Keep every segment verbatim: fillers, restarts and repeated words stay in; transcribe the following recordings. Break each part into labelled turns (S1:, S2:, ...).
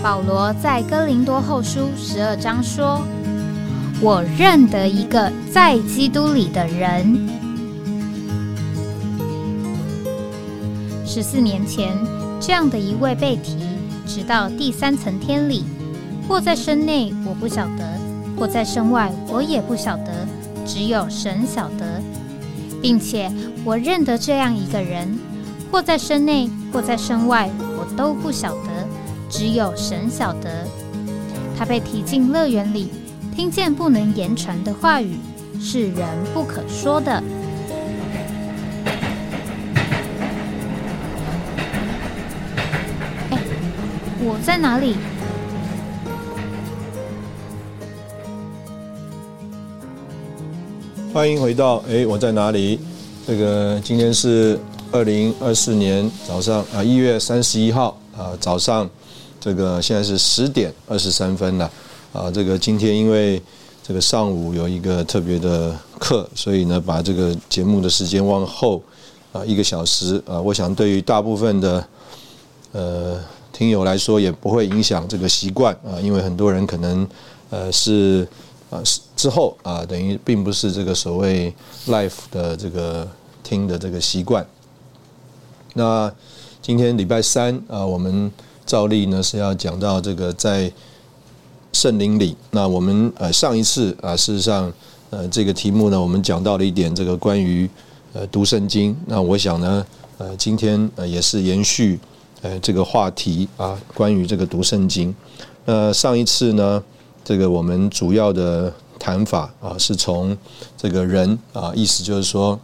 S1: 保罗在哥林多后书十二章说：“我认得一个在基督里的人。”十四年前，这样的一位被提，直到第三层天里，或在身内，我不晓得；或在身外，我也不晓得，只有神晓得。并且我认得这样一个人，或在身内，或在身外，我都不晓得，只有神晓得。他被提进乐园里，听见不能言传的话语，是人不可说的。哎，我在哪里？
S2: 欢迎回到哎，我在哪里？这个今天是二零二四年早上啊一月三十一号啊早上，这个现在是十点二十三分了啊。这个今天因为这个上午有一个特别的课，所以呢把这个节目的时间往后啊一个小时啊。我想对于大部分的呃听友来说也不会影响这个习惯啊，因为很多人可能呃是。啊，之后啊，等于并不是这个所谓 live 的这个听的这个习惯。那今天礼拜三啊，我们照例呢是要讲到这个在圣灵里。那我们呃上一次啊，事实上呃这个题目呢，我们讲到了一点这个关于呃读圣经。那我想呢，呃今天呃也是延续呃这个话题啊，关于这个读圣经。那上一次呢。这个我们主要的谈法啊，是从这个人啊，意思就是说，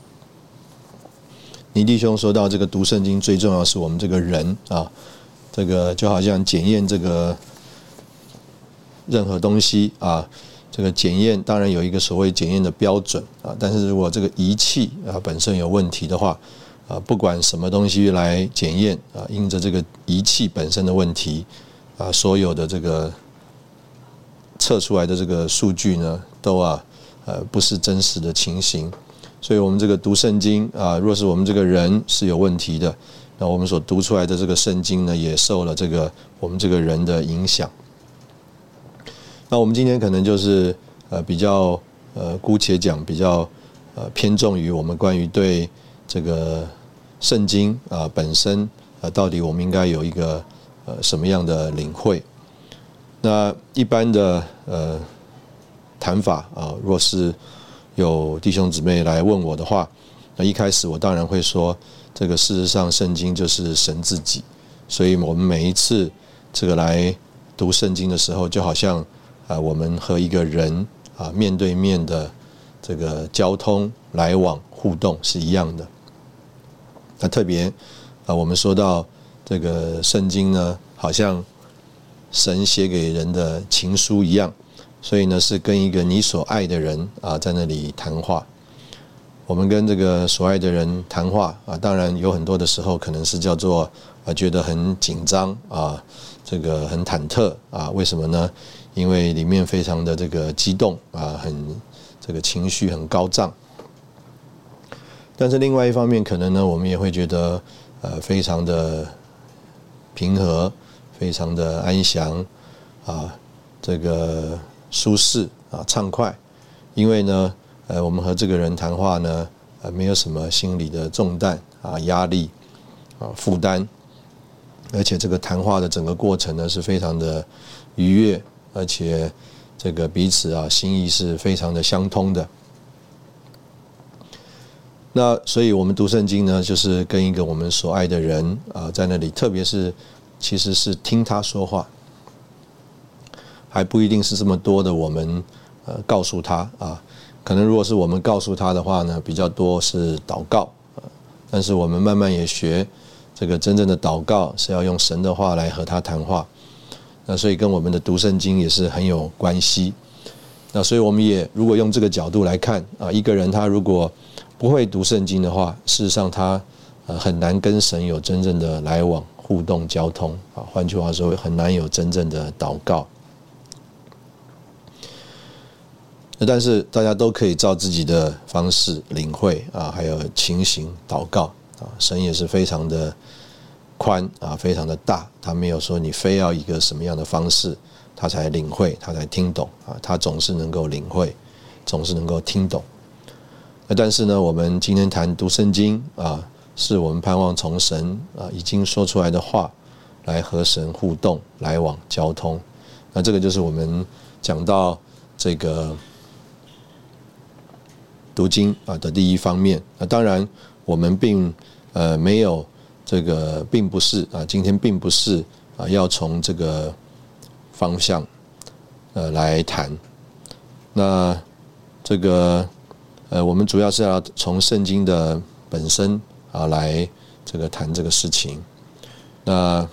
S2: 倪弟兄说到这个读圣经最重要是我们这个人啊，这个就好像检验这个任何东西啊，这个检验当然有一个所谓检验的标准啊，但是如果这个仪器啊本身有问题的话啊，不管什么东西来检验啊，因着这个仪器本身的问题啊，所有的这个测出来的这个数据呢，都啊，呃，不是真实的情形，所以我们这个读圣经啊，若是我们这个人是有问题的，那我们所读出来的这个圣经呢，也受了这个我们这个人的影响。那我们今天可能就是呃比较呃姑且讲比较呃偏重于我们关于对这个圣经啊本身啊到底我们应该有一个呃什么样的领会。那一般的呃谈法啊，若是有弟兄姊妹来问我的话，那一开始我当然会说，这个事实上圣经就是神自己，所以我们每一次这个来读圣经的时候，就好像啊我们和一个人啊面对面的这个交通来往互动是一样的。那特别啊我们说到这个圣经呢，好像神写给人的情书一样，所以呢是跟一个你所爱的人啊在那里谈话。我们跟这个所爱的人谈话啊，当然有很多的时候可能是叫做啊觉得很紧张啊，这个很忐忑啊，为什么呢？因为里面非常的这个激动啊，很这个情绪很高涨。但是另外一方面，可能呢我们也会觉得呃非常的平和。非常的安详啊，这个舒适啊，畅快，因为呢，呃，我们和这个人谈话呢，呃，没有什么心理的重担啊、压力啊、负担，而且这个谈话的整个过程呢是非常的愉悦，而且这个彼此啊心意是非常的相通的。那所以我们读圣经呢，就是跟一个我们所爱的人啊，在那里，特别是。其实是听他说话，还不一定是这么多的我们呃告诉他啊，可能如果是我们告诉他的话呢，比较多是祷告啊，但是我们慢慢也学这个真正的祷告是要用神的话来和他谈话，那所以跟我们的读圣经也是很有关系。那所以我们也如果用这个角度来看啊，一个人他如果不会读圣经的话，事实上他呃很难跟神有真正的来往。互动交通啊，换句话说，很难有真正的祷告。但是大家都可以照自己的方式领会啊，还有情形祷告啊，神也是非常的宽啊，非常的大，他没有说你非要一个什么样的方式他才领会，他才听懂啊，他总是能够领会，总是能够听懂。那但是呢，我们今天谈读圣经啊，是我们盼望从神啊已经说出来的话来和神互动、来往、交通。那这个就是我们讲到这个读经啊的第一方面。那当然，我们并呃没有这个，并不是啊，今天并不是啊要从这个方向呃来谈。那这个呃，我们主要是要从圣经的本身啊来这个谈这个事情。那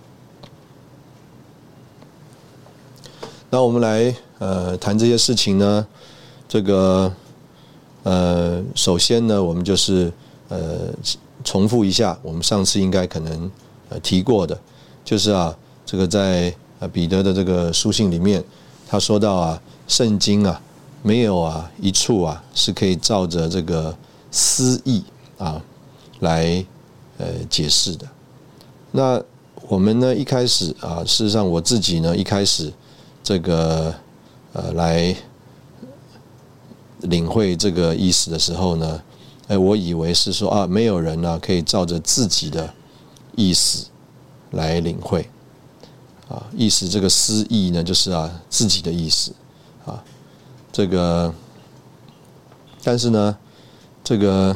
S2: 那我们来呃谈这些事情呢，这个呃首先呢，我们就是呃重复一下我们上次应该可能呃提过的，就是啊这个在呃彼得的这个书信里面，他说到啊圣经啊没有啊一处啊是可以照着这个私意啊来呃解释的。那我们呢一开始啊，事实上我自己呢一开始这个呃来领会这个意思的时候呢，哎，我以为是说啊，没有人呢可以照着自己的意思来领会啊，意思这个私意呢，就是啊自己的意思啊，这个，但是呢，这个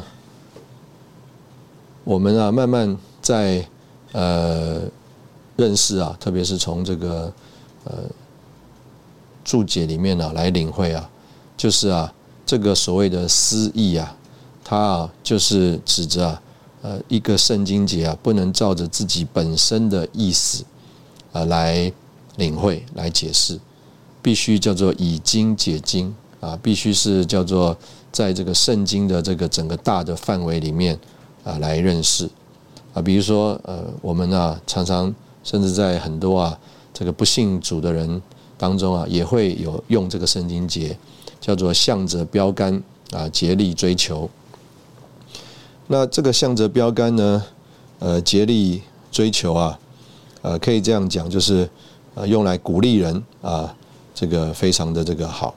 S2: 我们啊慢慢在呃认识啊，特别是从这个呃注解里面啊来领会啊，就是啊这个所谓的私意啊，它啊就是指着啊呃一个圣经节啊不能照着自己本身的意思啊来领会来解释，必须叫做以经解经啊，必须是叫做在这个圣经的这个整个大的范围里面啊来认识啊，比如说呃我们啊常常甚至在很多啊这个不信主的人当中啊也会有用这个圣经节，叫做向着标杆啊竭力追求。那这个向着标杆呢，呃竭力追求啊，呃可以这样讲，就是呃用来鼓励人啊，这个非常的这个好。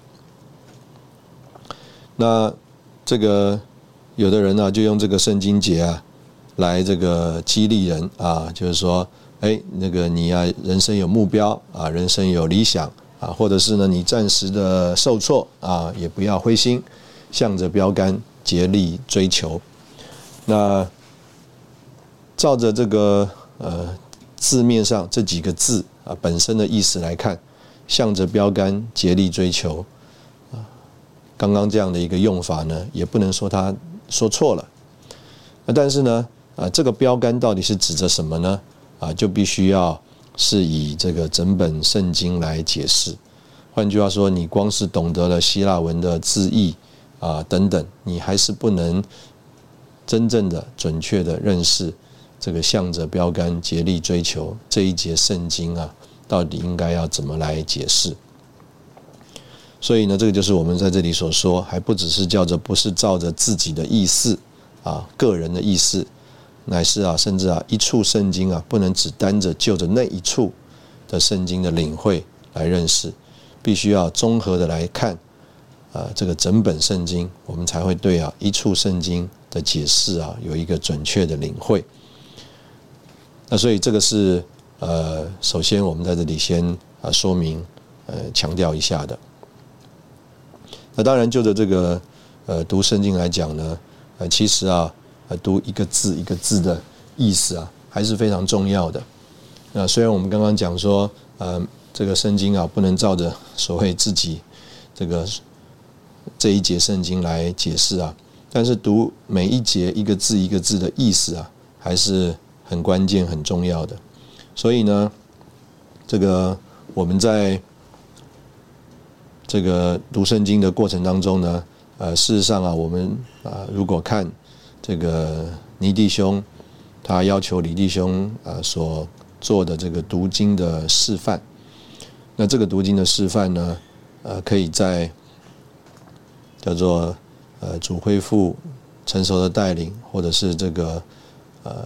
S2: 那这个有的人呢、啊、就用这个圣经节啊来这个激励人啊，就是说，哎，那个你啊人生有目标啊，人生有理想啊，或者是呢你暂时的受挫啊，也不要灰心，向着标杆竭力追求。那照着这个呃字面上这几个字啊本身的意思来看，向着标杆竭力追求啊，刚刚这样的一个用法呢，也不能说他说错了。但是呢，啊这个标杆到底是指着什么呢？啊，就必须要是以这个整本圣经来解释。换句话说，你光是懂得了希腊文的字义啊等等，你还是不能真正的准确的认识这个向着标杆竭力追求这一节圣经啊，到底应该要怎么来解释。所以呢，这个就是我们在这里所说，还不只是叫做不是照着自己的意思啊，个人的意思，乃是啊，甚至啊一处圣经啊，不能只单着就着那一处的圣经的领会来认识，必须要综合的来看啊，这个整本圣经，我们才会对啊一处圣经的解释啊有一个准确的领会。那所以这个是呃，首先我们在这里先啊说明呃强调一下的。那当然就着这个呃读圣经来讲呢，呃其实啊呃读一个字一个字的意思啊还是非常重要的。那虽然我们刚刚讲说呃这个圣经啊不能照着所谓自己这个这一节圣经来解释啊，但是读每一节一个字一个字的意思啊还是很关键很重要的。所以呢，这个我们在这个读圣经的过程当中呢，呃，事实上啊，我们啊、呃，如果看这个尼弟兄他要求李弟兄啊、呃、所做的这个读经的示范，那这个读经的示范呢，呃，可以在叫做呃主恢复成熟的带领，或者是这个呃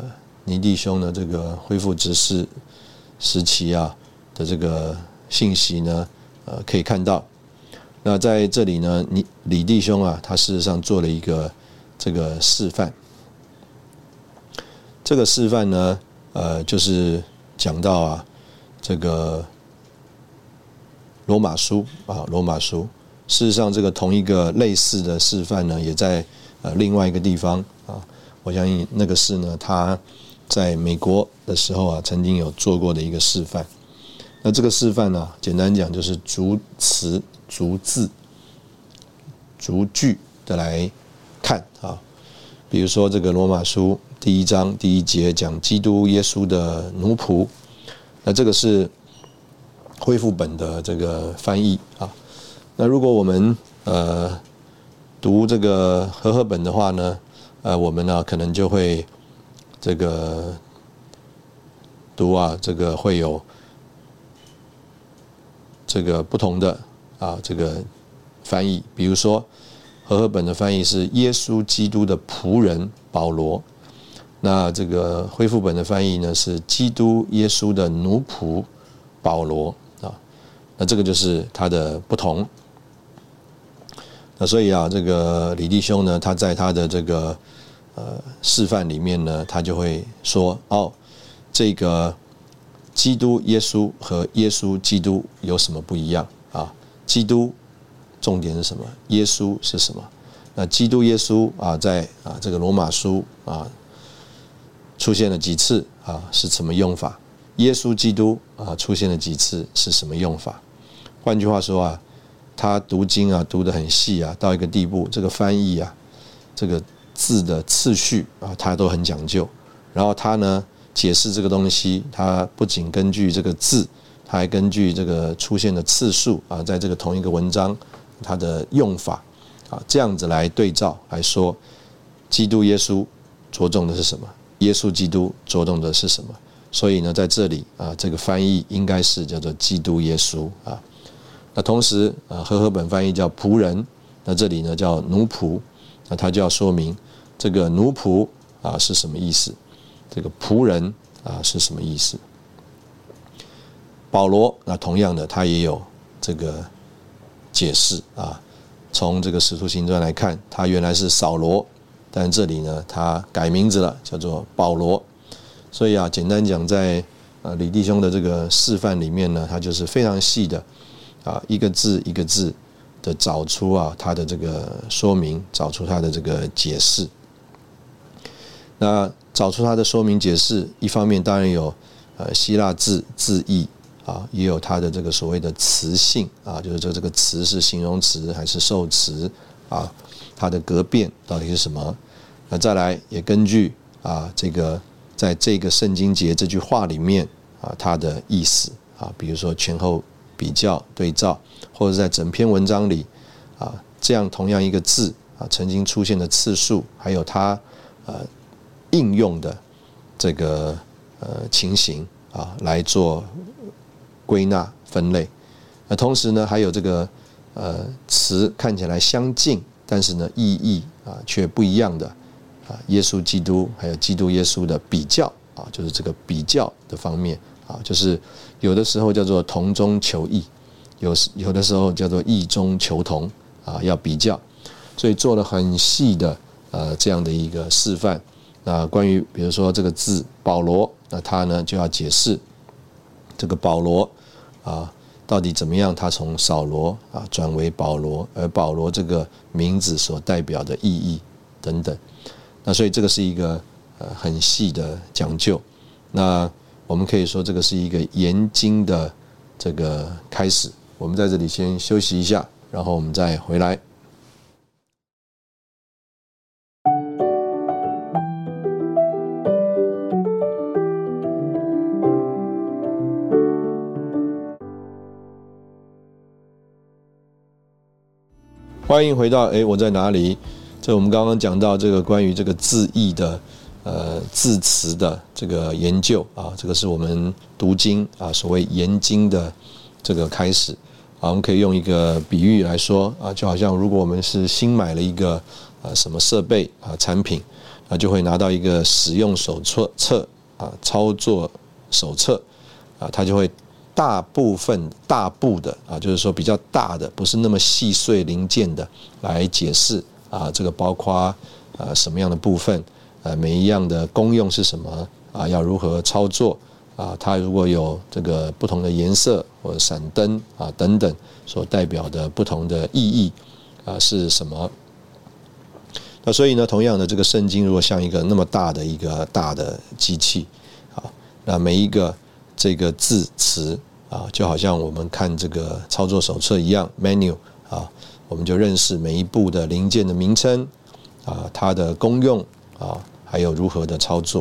S2: 倪弟兄的这个恢复执事时期啊的这个信息呢，呃，可以看到。那在这里呢，李李弟兄啊，他事实上做了一个这个示范。这个示范呢，呃，就是讲到啊，这个罗马书啊，罗马书。事实上，这个同一个类似的示范呢，也在呃另外一个地方啊。我相信那个是呢，他在美国的时候啊，曾经有做过的一个示范。那这个示范呢，简单讲就是逐词、逐字、逐句的来看啊。比如说这个罗马书第一章第一节讲基督耶稣的奴仆，那这个是恢复本的这个翻译啊。那如果我们呃读这个和合本的话呢，呃，我们呢可能就会这个读啊，这个会有这个不同的啊这个翻译。比如说和合本的翻译是耶稣基督的仆人保罗，那这个恢复本的翻译呢是基督耶稣的奴仆保罗啊。那这个就是它的不同。那所以啊，这个李弟兄呢，他在他的这个呃示范里面呢，他就会说哦，这个基督耶稣和耶稣基督有什么不一样啊？基督重点是什么？耶稣是什么？那基督耶稣啊，在啊这个罗马书啊出现了几次啊？是什么用法？耶稣基督啊出现了几次？是什么用法？换句话说啊。他读经啊，读得很细啊，到一个地步，这个翻译啊，这个字的次序啊，他都很讲究。然后他呢，解释这个东西，他不仅根据这个字，他还根据这个出现的次数啊，在这个同一个文章，它的用法啊，这样子来对照来说，基督耶稣着重的是什么？耶稣基督着重的是什么？所以呢，在这里啊，这个翻译应该是叫做基督耶稣啊。那同时，呃，和合本翻译叫仆人，那这里呢叫奴仆，那他就要说明这个奴仆啊是什么意思，这个仆人啊是什么意思。保罗那同样的，他也有这个解释啊。从这个使徒行传来看，他原来是扫罗，但这里呢他改名字了，叫做保罗。所以啊，简单讲，在呃李弟兄的这个示范里面呢，他就是非常细的。啊，一个字一个字的找出啊，它的这个说明，找出它的这个解释。那找出它的说明解释，一方面当然有呃希腊字字义啊，也有它的这个所谓的词性啊，就是这这个词是形容词还是受词啊，它的格变到底是什么？那再来也根据啊这个在这个圣经节这句话里面啊它的意思啊，比如说前后比较对照，或者在整篇文章里啊，这样同样一个字啊，曾经出现的次数，还有它呃应用的这个呃情形啊，来做归纳分类。那同时呢，还有这个呃词看起来相近，但是呢意义啊却不一样的啊，耶稣基督还有基督耶稣的比较啊，就是这个比较的方面。啊，就是有的时候叫做同中求异，有有的时候叫做异中求同啊，要比较，所以做了很细的呃这样的一个示范。那关于比如说这个字保罗，那他呢就要解释这个保罗啊到底怎么样，他从扫罗啊转为保罗，而保罗这个名字所代表的意义等等。那所以这个是一个呃很细的讲究。那我们可以说这个是一个研经的这个开始。我们在这里先休息一下，然后我们再回来。欢迎回到哎，我在哪里？这我们刚刚讲到这个关于这个字义的。呃，字词的这个研究啊，这个是我们读经啊，所谓研经的这个开始啊。我们可以用一个比喻来说啊，就好像如果我们是新买了一个呃什么设备啊产品，啊就会拿到一个使用手册册啊操作手册啊，它就会大部分大部的啊，就是说比较大的，不是那么细碎零件的来解释啊，这个包括啊什么样的部分，呃、啊、每一样的功用是什么啊，要如何操作啊，它如果有这个不同的颜色或者闪灯啊等等所代表的不同的意义啊是什么？那所以呢，同样的这个圣经如果像一个那么大的一个大的机器啊，那每一个这个字词啊，就好像我们看这个操作手册一样 ，menu 啊，我们就认识每一步的零件的名称啊，它的功用啊，还有如何的操作。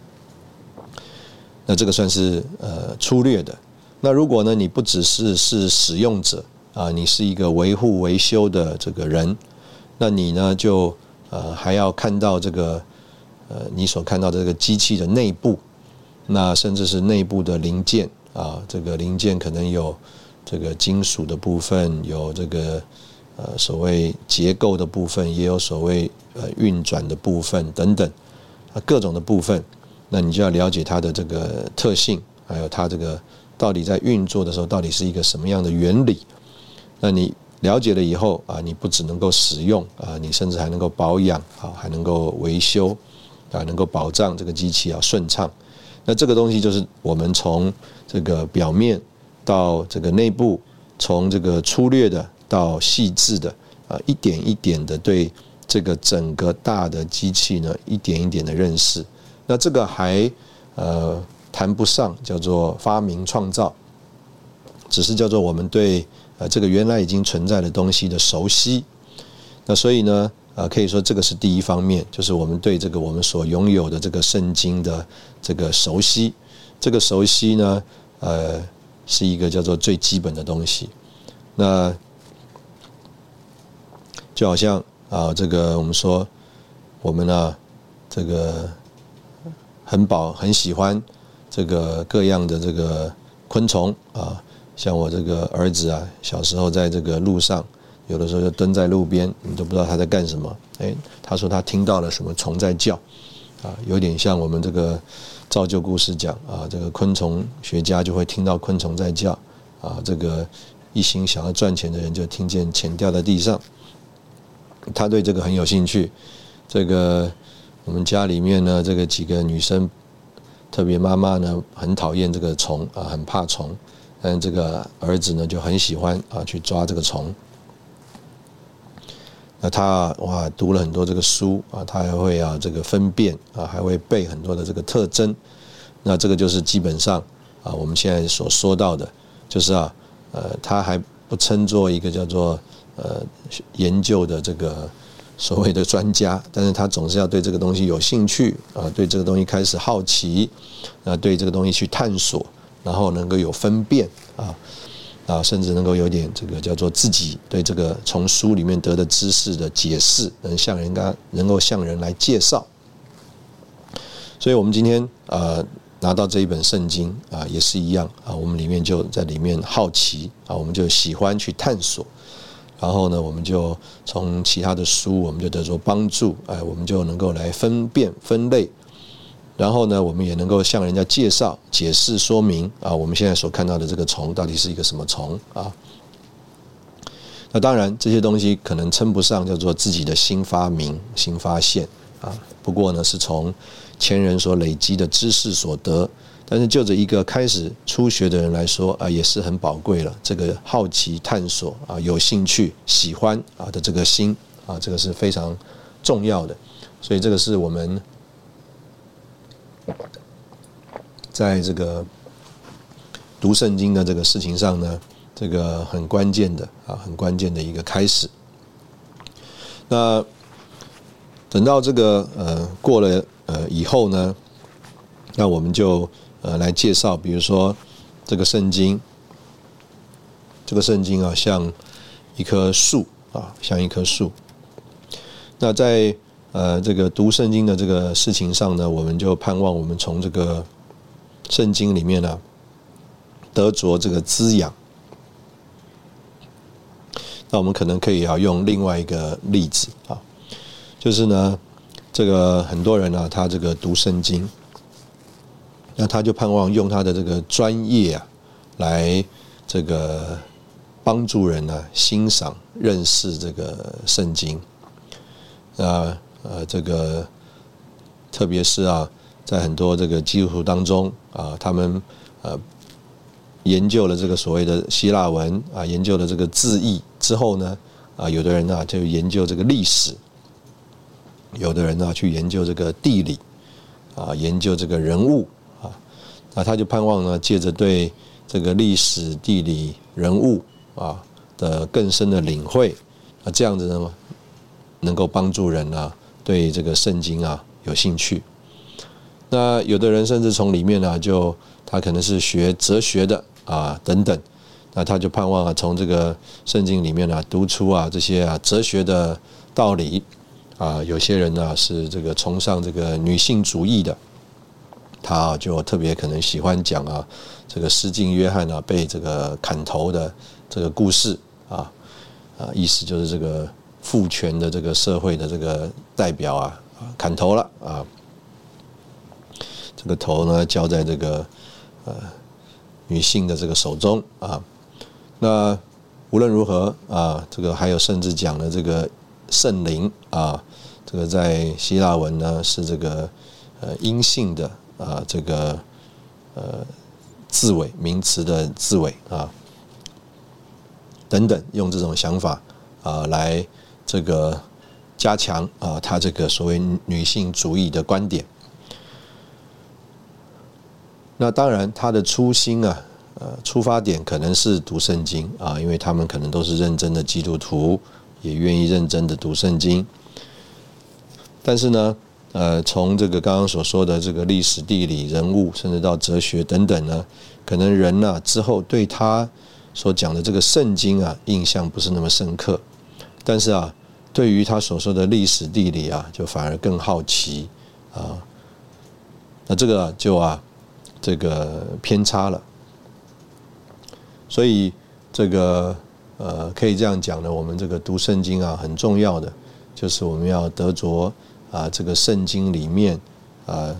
S2: 那这个算是呃粗略的。那如果呢，你不只是是使用者啊，你是一个维护维修的这个人，那你呢就呃还要看到这个呃你所看到的这个机器的内部，那甚至是内部的零件。啊，这个零件可能有这个金属的部分，有这个呃所谓结构的部分，也有所谓呃运转的部分等等，啊各种的部分，那你就要了解它的这个特性，还有它这个到底在运作的时候到底是一个什么样的原理。那你了解了以后啊，你不只能够使用啊，你甚至还能够保养啊，还能够维修啊，能够保障这个机器啊顺畅。那这个东西就是我们从这个表面到这个内部，从这个粗略的到细致的啊，一点一点的对这个整个大的机器呢，一点一点的认识。那这个还呃谈不上叫做发明创造，只是叫做我们对呃这个原来已经存在的东西的熟悉。那所以呢，呃，可以说这个是第一方面，就是我们对这个我们所拥有的这个圣经的这个熟悉。这个熟悉呢，呃，是一个叫做最基本的东西。那就好像啊，这个我们说，我们呢，这个很饱很喜欢这个各样的这个昆虫啊，像我这个儿子啊，小时候在这个路上。有的时候就蹲在路边，你都不知道他在干什么。哎，他说他听到了什么虫在叫，啊，有点像我们这个造就故事讲啊，这个昆虫学家就会听到昆虫在叫，啊，这个一心想要赚钱的人就听见钱掉在地上。他对这个很有兴趣。这个我们家里面呢，这个几个女生，特别妈妈呢，很讨厌这个虫啊，很怕虫，但这个儿子呢就很喜欢啊去抓这个虫。那他哇读了很多这个书啊，他还会啊这个分辨啊，还会背很多的这个特征。那这个就是基本上啊我们现在所说到的，就是啊呃他还不称作一个叫做呃研究的这个所谓的专家，但是他总是要对这个东西有兴趣啊，对这个东西开始好奇，那对这个东西去探索，然后能够有分辨啊。啊，甚至能够有点这个叫做自己对这个从书里面得的知识的解释，能向人家能够向人来介绍。所以我们今天呃拿到这一本圣经啊，也是一样啊，我们里面就在里面好奇啊，我们就喜欢去探索，然后呢，我们就从其他的书，我们就得着帮助，哎，我们就能够来分辨分类。然后呢，我们也能够向人家介绍、解释、说明啊，我们现在所看到的这个虫到底是一个什么虫啊？那当然，这些东西可能称不上叫做自己的新发明、新发现啊。不过呢，是从前人所累积的知识所得。但是就着一个开始初学的人来说啊，也是很宝贵了。这个好奇、探索啊，有兴趣、喜欢啊的这个心啊，这个是非常重要的。所以这个是我们在这个读圣经的这个事情上呢，这个很关键的啊，很关键的一个开始。那等到这个呃过了呃以后呢，那我们就呃来介绍，比如说这个圣经，这个圣经啊，像一棵树啊，像一棵树。那在呃，这个读圣经的这个事情上呢，我们就盼望我们从这个圣经里面呢、啊，得着这个滋养。那我们可能可以啊用另外一个例子啊，就是呢，这个很多人呢、啊，他这个读圣经， 那他就盼望用他的这个专业啊，来这个帮助人呢、啊、欣赏、认识这个圣经。那呃，这个特别是啊，在很多这个基督徒当中啊，他们呃研究了这个所谓的希腊文啊，研究了这个字义之后呢，啊，有的人呢、啊、就研究这个历史，有的人呢、啊、去研究这个地理啊，研究这个人物。那他就盼望呢，借着对这个历史、地理、人物啊的更深的领会，啊，这样子呢，能够帮助人啊对这个圣经啊有兴趣。那有的人甚至从里面呢，就他可能是学哲学的啊等等，那他就盼望啊从这个圣经里面啊读出啊这些啊哲学的道理啊。有些人呢是这个崇尚这个女性主义的。他就特别可能喜欢讲啊，这个施浸约翰啊被这个砍头的这个故事啊啊，意思就是这个父权的这个社会的这个代表啊砍头了啊，这个头呢交在这个呃女性的这个手中啊。那无论如何啊，这个还有甚至讲了这个圣灵啊，这个在希腊文呢是这个呃阴性的。啊，这个呃字尾名词的字尾啊，等等，用这种想法啊来这个加强啊他这个所谓女性主义的观点。那当然，他的初心啊，呃，出发点可能是读圣经啊，因为他们可能都是认真的基督徒，也愿意认真的读圣经。但是呢，呃，从这个刚刚所说的这个历史、地理、人物，甚至到哲学等等呢，可能人呢、啊、之后对他所讲的这个圣经啊，印象不是那么深刻，但是啊，对于他所说的历史、地理啊，就反而更好奇啊。那这个就啊，这个偏差了。所以这个呃，可以这样讲呢，我们这个读圣经啊，很重要的就是我们要得着。啊，这个圣经里面啊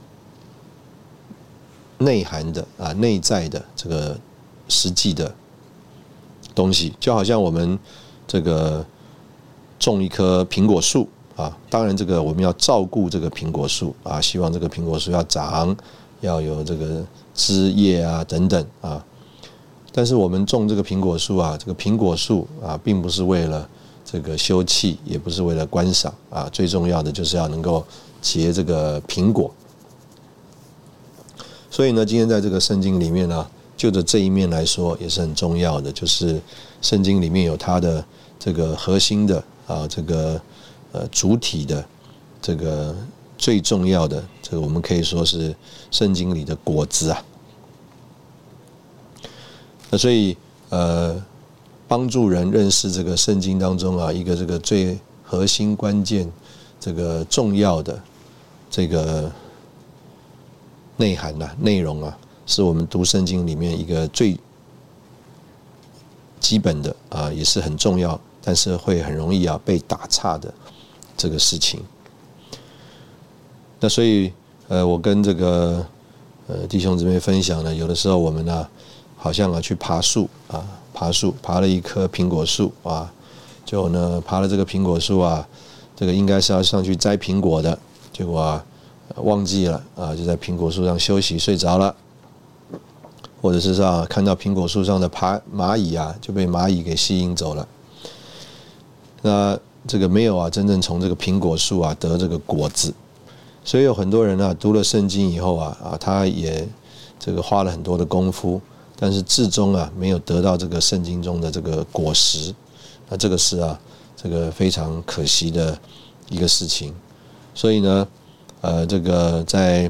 S2: 内涵的啊内在的这个实际的东西，就好像我们这个种一棵苹果树啊，当然这个我们要照顾这个苹果树啊，希望这个苹果树要长，要有这个枝叶啊等等啊。但是我们种这个苹果树啊，这个苹果树啊，并不是为了这个休憩，也不是为了观赏啊，最重要的就是要能够结这个苹果。所以呢，今天在这个圣经里面呢、啊，就着这一面来说也是很重要的，就是圣经里面有它的这个核心的啊，这个呃主体的这个最重要的这个我们可以说是圣经里的果子啊。那所以呃。帮助人认识这个圣经当中啊，一个这个最核心关键、这个重要的这个内涵呐、啊、内容啊，是我们读圣经里面一个最基本的啊，也是很重要，但是会很容易啊被打岔的这个事情。那所以呃，我跟这个呃弟兄姊妹分享呢，有的时候我们呢、啊，好像啊去爬树啊。爬树，爬了一棵苹果树啊，就呢爬了这个苹果树啊，这个应该是要上去摘苹果的，结果啊忘记了啊，就在苹果树上休息睡着了，或者是说看到苹果树上的爬蚂蚁啊，就被蚂蚁给吸引走了。那这个没有啊，真正从这个苹果树啊得这个果子，所以有很多人啊读了圣经以后啊啊，他也这个花了很多的功夫。但是至终啊，没有得到这个圣经中的这个果实，那这个是啊，这个非常可惜的一个事情。所以呢，呃，这个在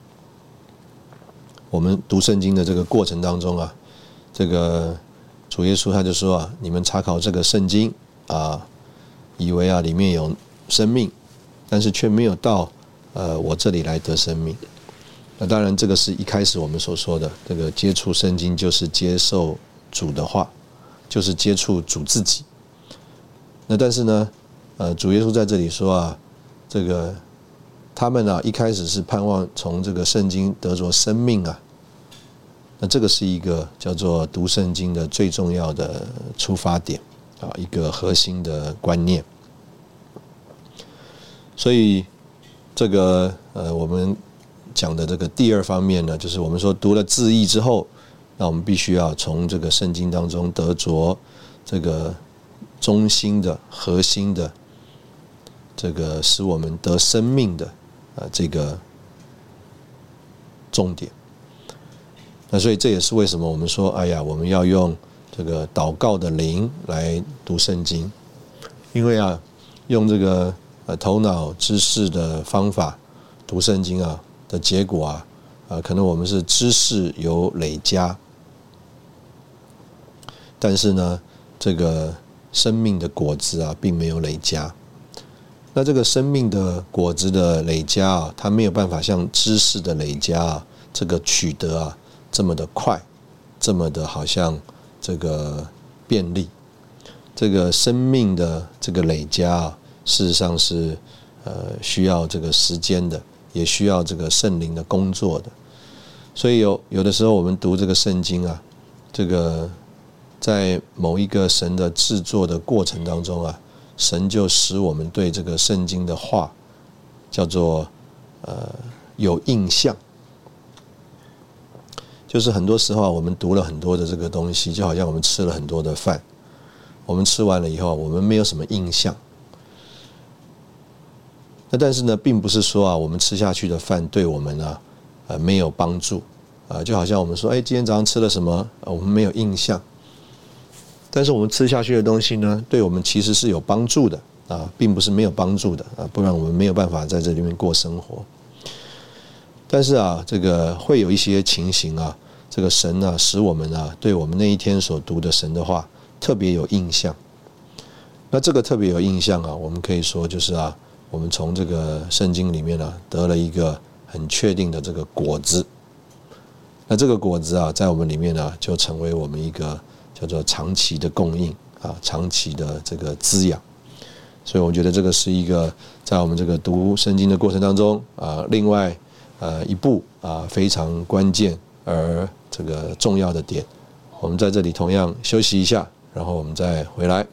S2: 我们读圣经的这个过程当中啊，这个主耶稣他就说啊，你们查考这个圣经啊，以为啊里面有生命，但是却没有到呃我这里来得生命。那当然，这个是一开始我们所说的这个接触圣经，就是接受主的话，就是接触主自己。那但是呢，呃，主耶稣在这里说啊，这个他们啊一开始是盼望从这个圣经得着生命啊，那这个是一个叫做读圣经的最重要的出发点啊，一个核心的观念。所以这个呃我们讲的这个第二方面呢，就是我们说读了字义之后，那我们必须要从这个圣经当中得着这个中心的核心的这个使我们得生命的啊这个重点。那所以这也是为什么我们说，哎呀，我们要用这个祷告的灵来读圣经，因为啊，用这个呃头脑知识的方法读圣经啊的结果啊，啊可能我们是知识有累加，但是呢，这个生命的果子啊并没有累加。那这个生命的果子的累加啊，它没有办法像知识的累加啊，这个取得啊这么的快，这么的好像这个便利。这个生命的这个累加啊，事实上是呃需要这个时间的，也需要这个圣灵的工作的。所以有有的时候我们读这个圣经啊，这个在某一个神的制作的过程当中啊，神就使我们对这个圣经的话叫做呃有印象。就是很多时候我们读了很多的这个东西，就好像我们吃了很多的饭，我们吃完了以后我们没有什么印象。那但是呢，并不是说啊我们吃下去的饭对我们啊呃没有帮助啊，就好像我们说哎今天早上吃了什么，我们没有印象。但是我们吃下去的东西呢，对我们其实是有帮助的啊，并不是没有帮助的啊，不然我们没有办法在这里面过生活。但是啊，这个会有一些情形啊，这个神啊，使我们啊，对我们那一天所读的神的话特别有印象。那这个特别有印象啊，我们可以说就是啊，我们从这个圣经里面啊，得了一个很确定的这个果子。那这个果子啊，在我们里面呢，就成为我们一个叫做长期的供应啊，长期的这个滋养。所以我觉得这个是一个在我们这个读圣经的过程当中啊，另外呃一步啊非常关键而这个重要的点。我们在这里同样休息一下，然后我们再回来。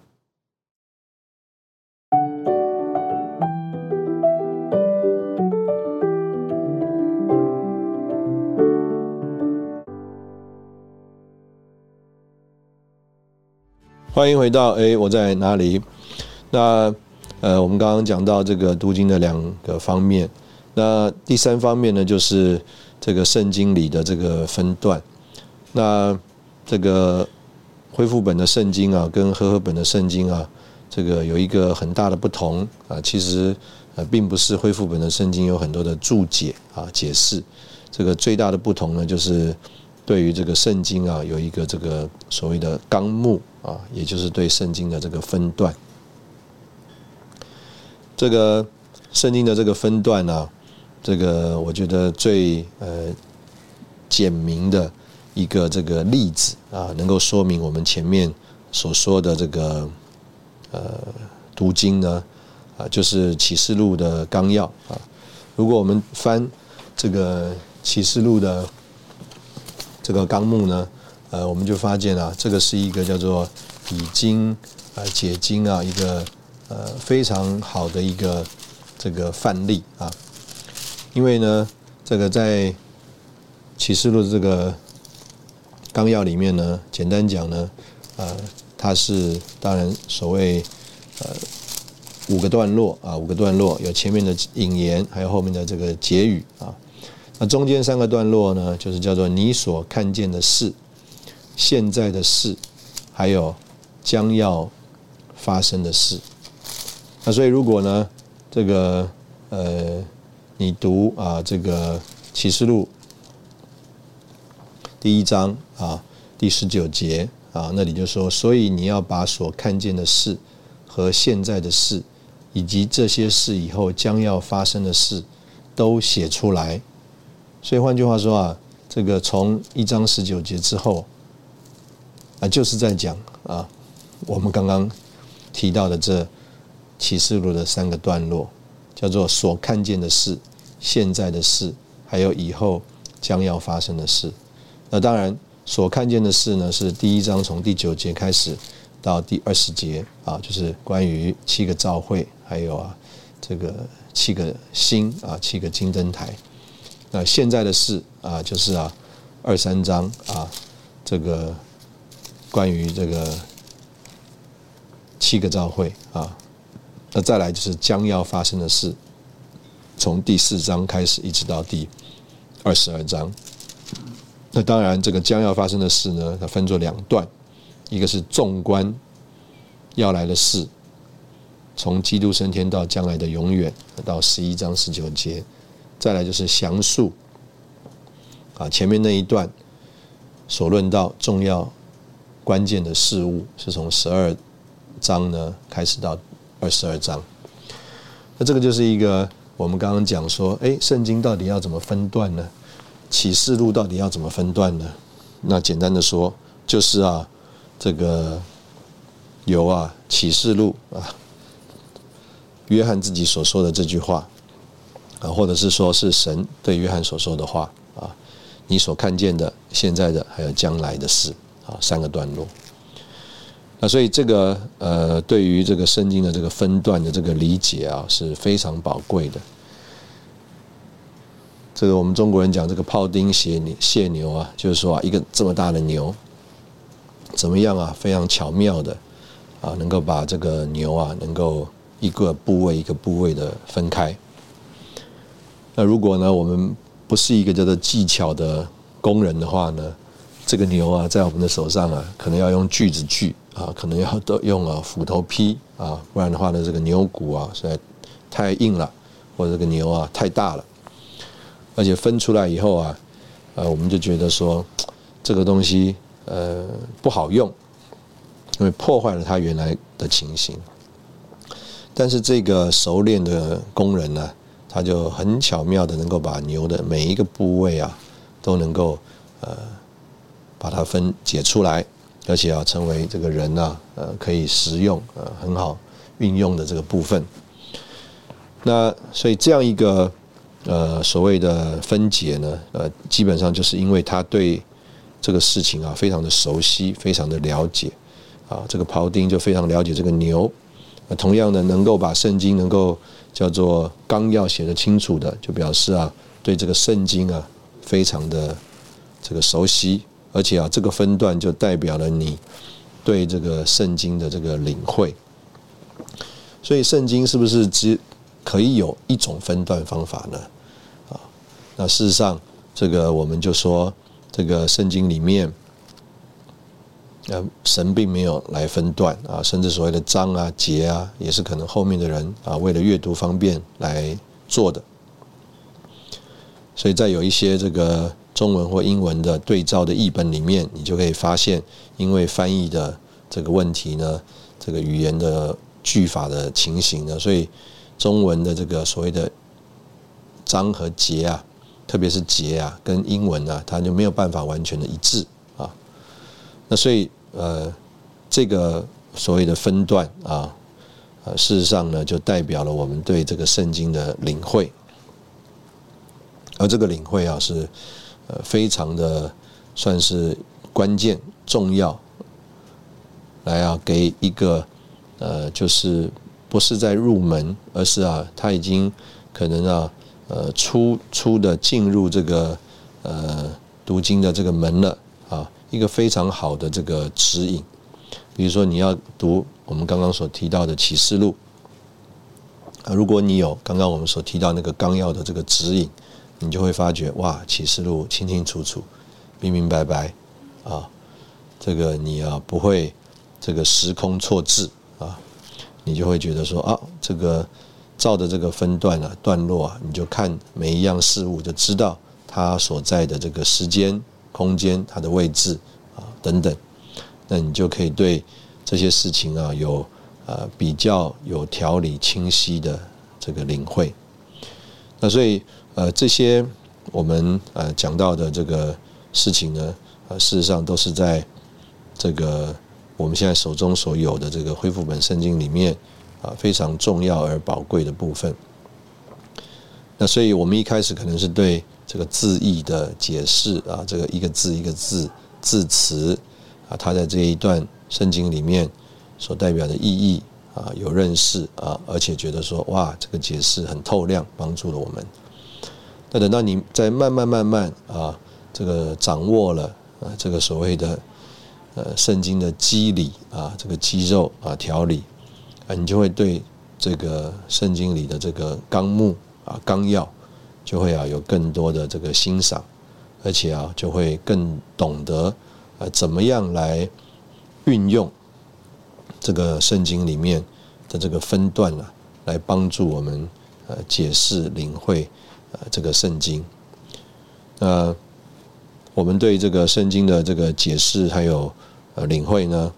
S2: 欢迎回到哎，我在哪里？那呃，我们刚刚讲到这个读经的两个方面。那第三方面呢，就是这个圣经里的这个分段。那这个恢复本的圣经啊，跟和合本的圣经啊，这个有一个很大的不同啊。其实呃，并不是恢复本的圣经有很多的注解啊、解释。这个最大的不同呢，就是对于这个圣经啊，有一个这个所谓的纲目啊，也就是对圣经的这个分段。这个圣经的这个分段啊，这个我觉得最呃简明的一个这个例子啊，能够说明我们前面所说的这个呃读经呢啊，就是启示录的纲要啊。如果我们翻这个启示录的这个纲目呢，呃，我们就发现啊，这个是一个叫做以经啊解经啊一个呃非常好的一个这个范例啊。因为呢，这个在启示录的这个纲要里面呢，简单讲呢，呃，它是当然所谓呃五个段落啊，五个段落有前面的引言，还有后面的这个结语啊。那中间三个段落呢，就是叫做你所看见的事、现在的事，还有将要发生的事。那所以如果呢，这个呃，你读啊这个启示录第一章啊第十九节啊，那里就说，所以你要把所看见的事和现在的事，以及这些事以后将要发生的事，都写出来。所以换句话说啊，这个从一章十九节之后啊，就是在讲啊，我们刚刚提到的这启示录的三个段落， 叫做所看见的事、现在的事，还有以后将要发生的事。那当然，所看见的事呢，是第一章从第九节开始到第二十节啊，就是关于七个教会，还有啊这个七个星啊，七个金灯台。那现在的事啊，就是啊二三章啊，这个关于这个七个教会啊。那再来就是将要发生的事，从第四章开始一直到第二十二章。那当然，这个将要发生的事呢，它分作两段，一个是纵观要来的事，从基督升天到将来的永远，到十一章十九节。再来就是详述啊，前面那一段所论到重要关键的事物，是从十二章呢开始到二十二章。那这个就是一个我们刚刚讲说，哎，圣经到底要怎么分段呢？启示录到底要怎么分段呢？那简单的说，就是啊，这个有啊启示录啊，约翰自己所说的这句话啊，或者是说是神对约翰所说的话啊，你所看见的、现在的还有将来的事啊，三个段落。那所以这个呃，对于这个圣经的这个分段的这个理解啊，是非常宝贵的。这个我们中国人讲这个庖丁解解牛啊，就是说啊，一个这么大的牛，怎么样啊，非常巧妙的啊，能够把这个牛啊，能够一个部位一个部位的分开。那如果呢，我们不是一个叫做技巧的工人的话呢，这个牛啊，在我们的手上啊，可能要用锯子锯啊，可能要都用啊斧头劈啊，不然的话呢，这个牛骨啊实在太硬了，或者这个牛啊太大了。而且分出来以后啊，呃，我们就觉得说这个东西呃不好用，因为破坏了它原来的情形。但是这个熟练的工人呢，他就很巧妙的能够把牛的每一个部位啊，都能够呃把它分解出来，而且啊成为这个人啊呃可以食用呃很好运用的这个部分。那所以这样一个。呃，所谓的分解呢，呃，基本上就是因为他对这个事情啊非常的熟悉，非常的了解啊。这个庖丁就非常了解这个牛，呃、同样的能够把圣经能够叫做纲要写得清楚的，就表示啊对这个圣经啊非常的这个熟悉，而且啊这个分段就代表了你对这个圣经的这个领会。所以圣经是不是只可以有一种分段方法呢？啊，那事实上，这个我们就说，这个圣经里面，呃，神并没有来分段啊，甚至所谓的章啊、节啊，也是可能后面的人啊，为了阅读方便来做的。所以在有一些这个中文或英文的对照的译本里面，你就可以发现，因为翻译的这个问题呢，这个语言的句法的情形呢，所以中文的这个所谓的章和节啊，特别是节啊，跟英文啊，它就没有办法完全的一致啊。那所以呃，这个所谓的分段啊，呃，事实上呢，就代表了我们对这个圣经的领会，而这个领会啊，是呃非常的算是关键重要，来啊给一个呃就是不是在入门，而是啊他已经可能啊呃初初的进入这个呃读经的这个门了啊，一个非常好的这个指引。比如说你要读我们刚刚所提到的启示录啊，如果你有刚刚我们所提到那个纲要的这个指引，你就会发觉哇，启示录清清楚楚、明明白白啊，这个你啊不会这个时空错置啊，你就会觉得说啊，这个照着这个分段啊段落啊，你就看每一样事物，就知道它所在的这个时间、空间、它的位置啊等等，那你就可以对这些事情啊有呃比较有条理、清晰的这个领会。那所以呃这些我们呃讲到的这个事情呢，呃事实上都是在这个我们现在手中所有的这个恢复本圣经里面啊非常重要而宝贵的部分。 那所以我们一开始可能是对这个字义的解释啊，这个一个字一个字字词啊，它在这一段圣经里面所代表的意义啊有认识啊，而且觉得说哇，这个解释很透亮，帮助了我们。那等到你在慢慢慢慢啊，这个掌握了啊这个所谓的呃圣经的肌理啊，这个肌肉啊条理啊，你就会对这个圣经里的这个纲目啊纲要，就会啊有更多的这个欣赏，而且啊就会更懂得呃怎么样来运用这个圣经里面的这个分段啊，来帮助我们呃解释领会呃这个圣经。那我们对这个圣经的这个解释还有呃领会呢，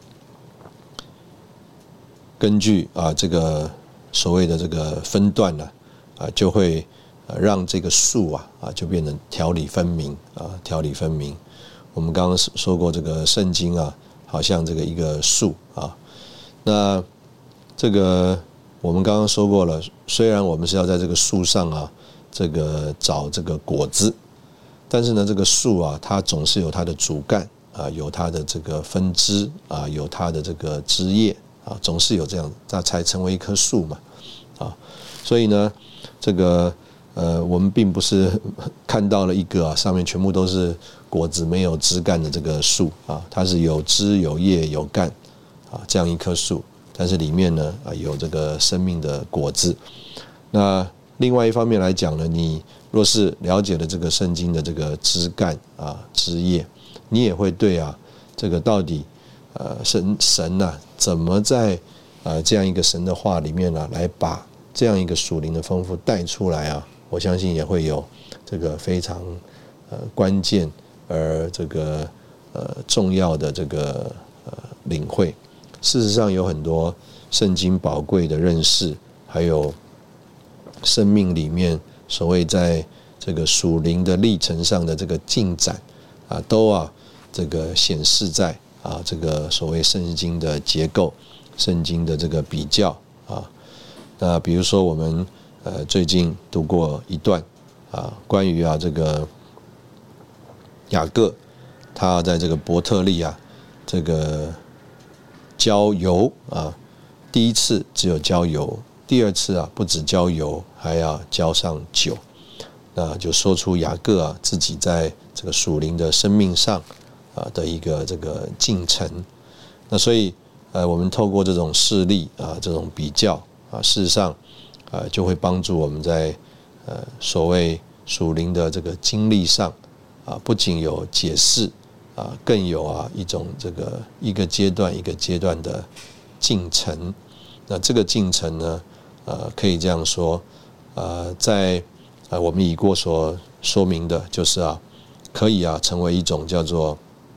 S2: 根据啊这个所谓的这个分段呢啊，就会让这个树啊啊就变成条理分明啊，条理分明。我们刚刚说过，这个圣经啊，好像这个一个树啊。那这个我们刚刚说过了，虽然我们是要在这个树上啊，这个找这个果子，但是呢，这个树啊，它总是有它的主干啊，有它的这个分支啊，有它的这个枝叶啊，总是有这样，它才成为一棵树嘛啊。所以呢，这个呃，我们并不是看到了一个啊，上面全部都是果子没有枝干的这个树啊，它是有枝有叶有干啊，这样一棵树，但是里面呢啊有这个生命的果子。那另外一方面来讲呢，你若是了解了这个圣经的这个枝干啊枝叶，你也会对啊这个到底呃神神呐、啊、怎么在啊这样一个神的话里面呢、啊、来把这样一个属灵的丰富带出来啊，我相信也会有这个非常呃关键而这个呃重要的这个呃领会。事实上有很多圣经宝贵的认识，还有生命里面所谓在这个属灵的历程上的这个进展啊，都啊这个显示在啊这个所谓圣经的结构、圣经的这个比较啊。那比如说我们呃最近读过一段啊，关于啊这个雅各，他在这个伯特利啊这个浇油啊，第一次只有浇油，第二次啊不止浇油，还要浇上酒。那就说出雅各啊自己在这个属灵的生命上啊的一个这个进程。那所以呃我们透过这种事例啊这种比较啊，事实上，呃，就会帮助我们在呃所谓属灵的这个经历上啊，不仅有解释啊，更有啊一种这个一个阶段一个阶段的进程。那这个进程呢，呃，可以这样说，呃，在呃我们已过所说明的，就是啊，可以啊成为一种叫做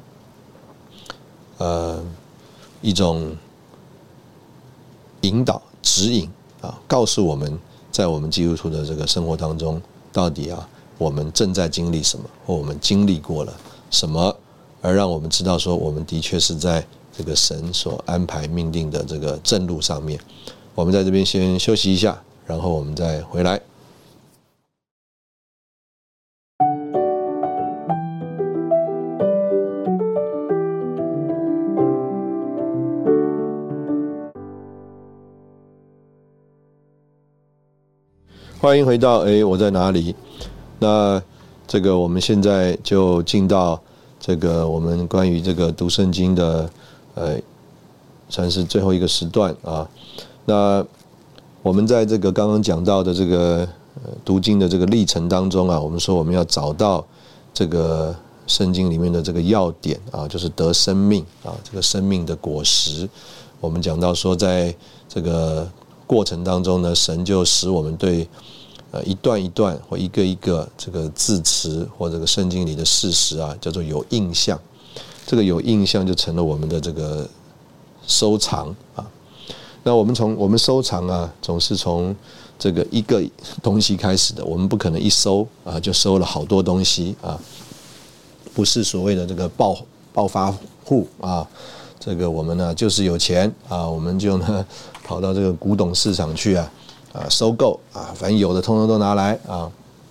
S2: 呃一种引导。指引啊，告诉我们在我们基督徒的这个生活当中，到底啊我们正在经历什么，或我们经历过了什么，而让我们知道说，我们的确是在这个神所安排命定的这个正路上面。我们在这边先休息一下，然后我们再回来。欢迎回到诶我在哪里？那这个我们现在就进到这个我们关于这个读圣经的呃，算是最后一个时段啊。那我们在这个刚刚讲到的这个读经的这个历程当中啊，我们说我们要找到这个圣经里面的这个要点啊，就是得生命啊，这个生命的果实。我们讲到说，在这个过程当中呢，神就使我们对呃一段一段或一个一个这个字词或这个圣经里的事实啊，叫做有印象。这个有印象就成了我们的这个收藏啊。那我们从我们收藏啊，总是从这个一个东西开始的。我们不可能一收啊就收了好多东西啊，不是所谓的这个暴暴发户啊。这个我们呢就是有钱啊，我们就呢跑到这个古董市场去啊， 啊收购啊，反正有的通通都拿来啊。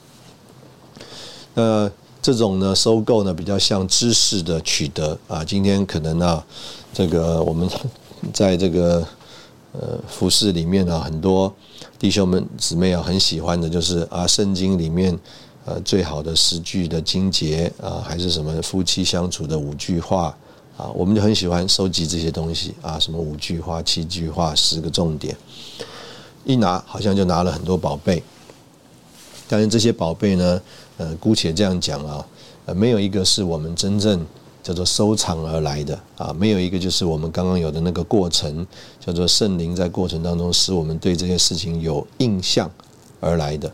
S2: 那这种呢收购呢比较像知识的取得啊。今天可能啊，这个我们在这个呃服事里面啊，很多弟兄们姊妹啊很喜欢的就是啊圣经里面呃最好的十句的经节啊，还是什么夫妻相处的五句话啊，我们就很喜欢收集这些东西啊，什么五句话、七句话、十个重点，一拿好像就拿了很多宝贝。但是这些宝贝呢，呃，姑且这样讲啊，呃，没有一个是我们真正叫做收藏而来的啊，没有一个就是我们刚刚有的那个过程，叫做圣灵在过程当中使我们对这些事情有印象而来的。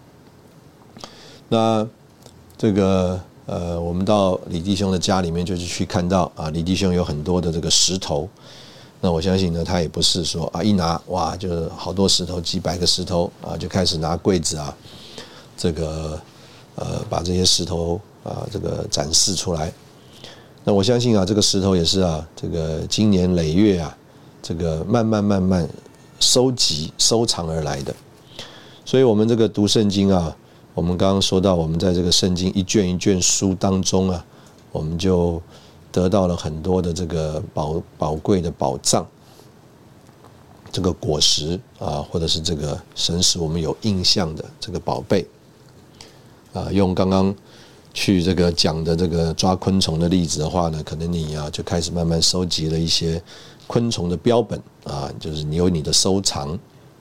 S2: 那这个呃，我们到李弟兄的家里面，就是去看到啊，李弟兄有很多的这个石头。那我相信呢，他也不是说啊一拿哇，就是好多石头，几百个石头啊，就开始拿柜子啊。这个呃，把这些石头啊，这个展示出来。那我相信啊，这个石头也是啊，这个经年累月啊，这个慢慢慢慢收集收藏而来的。所以我们这个读圣经啊，我们刚刚说到，我们在这个圣经一卷一卷书当中啊，我们就得到了很多的这个宝宝贵的宝藏，这个果实啊，或者是这个神使我们有印象的这个宝贝。啊，用刚刚去这个讲的这个抓昆虫的例子的话呢，可能你啊就开始慢慢收集了一些昆虫的标本啊，就是你有你的收藏。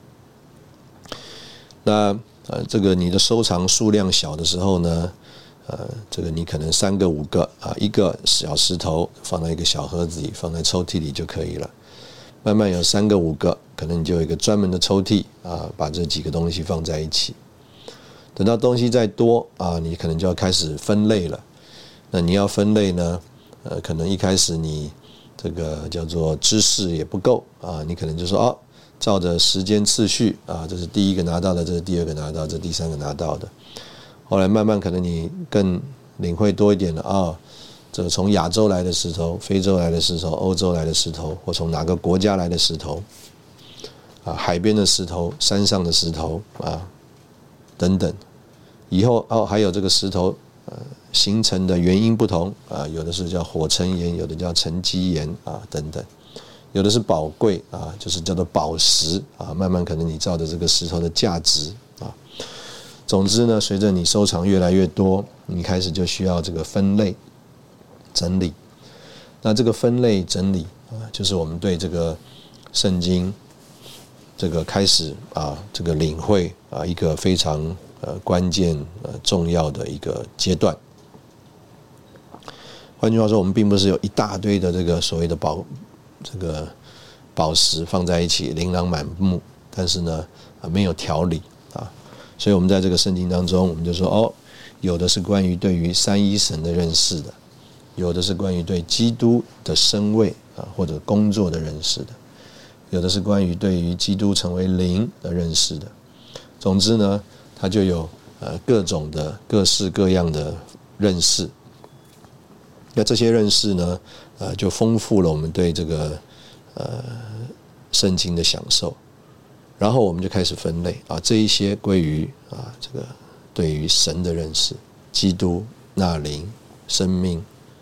S2: 那呃，这个你的收藏数量小的时候呢，呃，这个你可能三个五个啊，一个小石头放在一个小盒子里，放在抽屉里就可以了。慢慢有三个五个，可能你就有一个专门的抽屉啊，把这几个东西放在一起。等到东西再多啊，你可能就要开始分类了。那你要分类呢，呃，可能一开始你这个叫做知识也不够啊，你可能就说哦，照着时间次序啊，这是第一个拿到的，这是第二个拿到，这是第三个拿到的。后来慢慢可能你更领会多一点了啊，这个从亚洲来的石头、非洲来的石头、欧洲来的石头，或从哪个国家来的石头啊，海边的石头、山上的石头啊等等。以后哦，还有这个石头呃形成的原因不同啊，有的是叫火成岩，有的叫沉积岩啊等等，有的是宝贵啊，就是叫做宝石啊。慢慢可能你照着这个石头的价值啊，总之呢，随着你收藏越来越多，你开始就需要这个分类整理。那这个分类整理啊，就是我们对这个圣经这个开始啊，这个领会啊，一个非常呃关键呃重要的一个阶段。换句话说，我们并不是有一大堆的这个所谓的宝这个宝石放在一起，琳琅满目，但是呢啊没有条理啊。所以我们在这个圣经当中，我们就说哦，有的是关于对于三一神的认识的，有的是关于对基督的身位啊或者工作的认识的。有的是关于对于基督成为灵的认识的。总之呢，它就有呃各种的各式各样的认识。那这些认识呢，呃，就丰富了我们对这个呃圣经的享受。然后我们就开始分类啊，这一些归于啊这个对于神的认识，基督、那灵、生命、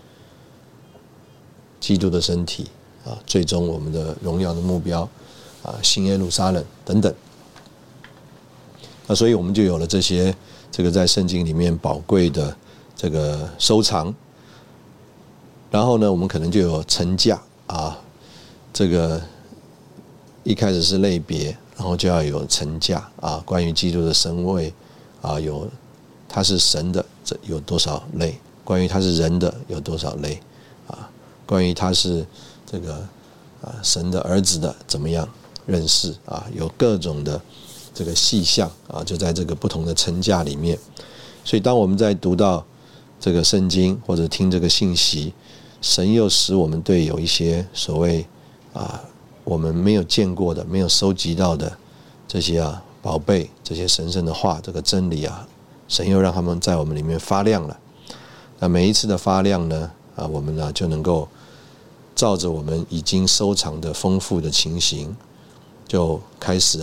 S2: 基督的身体。啊，最终我们的荣耀的目标啊，新耶路撒冷等等。那所以我们就有了这些这个在圣经里面宝贵的这个收藏。然后呢，我们可能就有层架啊，这个一开始是类别，然后就要有层架啊，关于基督的身位啊，有他是神的，这有多少类；关于他是人的，有多少类啊；关于他是这个啊神的儿子的怎么样认识啊？有各种的这个细项啊，就在这个不同的层架里面。所以当我们在读到这个圣经或者听这个信息，神又使我们对有一些所谓啊我们没有见过的、没有收集到的这些啊宝贝、这些神圣的话、这个真理啊，神又让他们在我们里面发亮了。那每一次的发亮呢，啊，我们呢就能够照着我们已经收藏的丰富的情形，就开始啊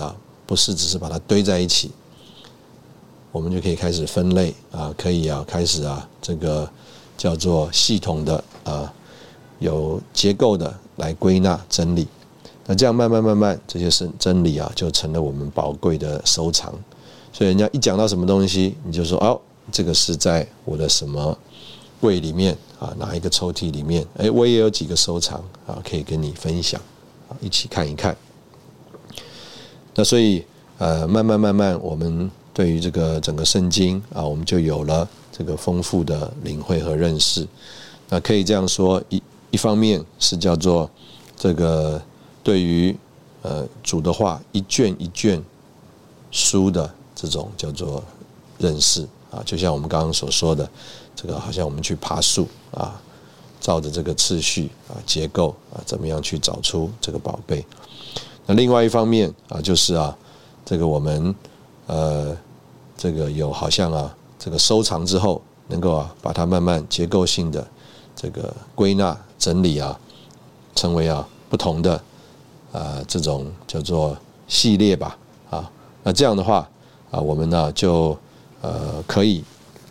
S2: 不是只是把它堆在一起，我们就可以开始分类啊，可以啊开始啊这个叫做系统的啊有结构的来归纳真理。那这样慢慢慢慢这些是真理啊就成了我们宝贵的收藏。所以人家一讲到什么东西，你就说哦，这个是在我的什么柜里面啊，哪一个抽屉里面，哎，我也有几个收藏啊，可以跟你分享啊，一起看一看。那所以呃，慢慢慢慢，我们对于这个整个圣经啊，我们就有了这个丰富的领会和认识。那可以这样说，一一方面是叫做这个对于呃主的话一卷一卷书的这种叫做认识啊，就像我们刚刚所说的，这个好像我们去爬树啊，照着这个次序啊结构啊，怎么样去找出这个宝贝。那另外一方面啊，就是啊，这个我们呃，这个有好像啊，这个收藏之后，能够啊，把它慢慢结构性的这个归纳整理啊，成为啊不同的啊这种叫做系列吧啊。那这样的话啊，我们呢就呃可以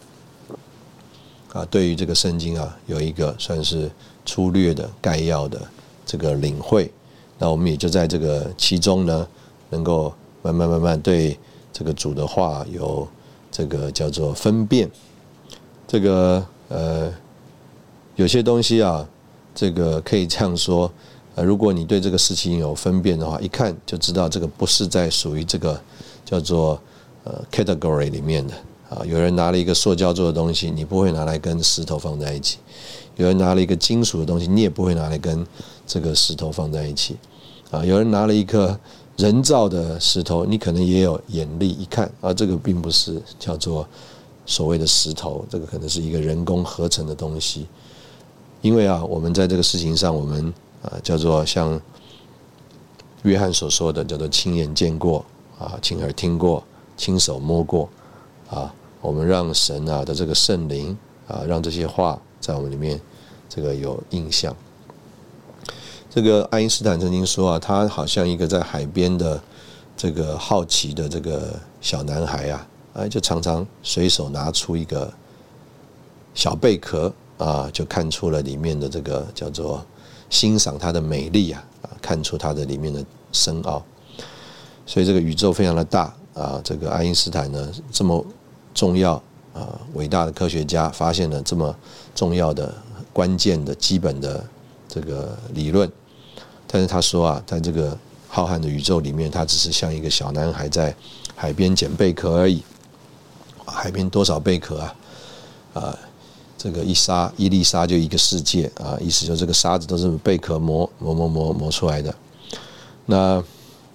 S2: 啊，对于这个圣经啊，有一个算是粗略的概要的这个领会。那我们也就在这个其中呢，能够慢慢慢慢对这个主的话有这个叫做分辨。这个呃有些东西啊，这个可以这样说，呃，如果你对这个事情有分辨的话，一看就知道这个不是在属于这个叫做呃 category 里面的啊。有人拿了一个塑胶做的东西，你不会拿来跟石头放在一起；有人拿了一个金属的东西，你也不会拿来跟这个石头放在一起。啊，有人拿了一颗人造的石头，你可能也有眼力一看啊，这个并不是叫做所谓的石头，这个可能是一个人工合成的东西。因为啊，我们在这个事情上，我们啊叫做像约翰所说的，叫做亲眼见过啊，亲耳听过，亲手摸过啊，我们让神啊的这个圣灵啊，让这些话在我们里面这个有印象。这个爱因斯坦曾经说啊，他好像一个在海边的这个好奇的这个小男孩啊，哎，就常常随手拿出一个小贝壳啊，就看出了里面的这个叫做欣赏它的美丽啊，看出它的里面的深奥。所以这个宇宙非常的大啊，这个爱因斯坦呢这么重要啊，伟大的科学家发现了这么重要的关键的基本的这个理论。但是他说啊，在这个浩瀚的宇宙里面，他只是像一个小男孩在海边捡贝壳而已。海边多少贝壳啊？啊，这个一沙一粒沙就一个世界啊！意思就是这个沙子都是贝壳磨磨磨磨磨出来的。那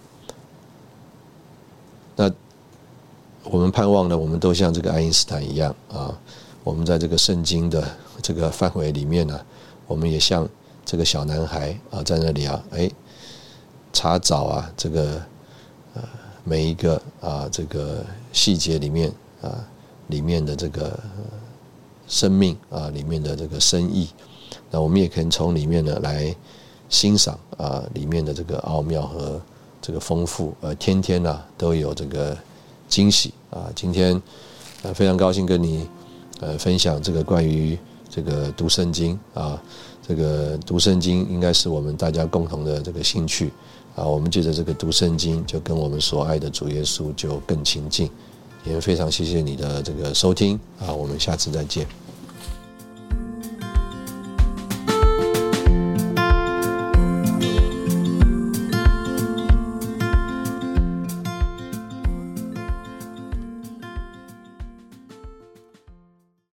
S2: 那我们盼望呢，我们都像这个爱因斯坦一样啊，我们在这个圣经的这个范围里面呢，我们也像这个小男孩啊，在那里啊，哎，查找啊，这个呃每一个啊这个细节里面啊里面的这个生命啊里面的这个深意，那我们也可以从里面呢来欣赏啊里面的这个奥妙和这个丰富，呃，天天啊都有这个惊喜啊。今天呃非常高兴跟你呃分享这个关于这个读圣经啊。这个读圣经应该是我们大家共同的这个兴趣啊，我们借着这个读圣经，就跟我们所爱的主耶稣就更亲近。也非常谢谢你的这个收听啊，我们下次再见。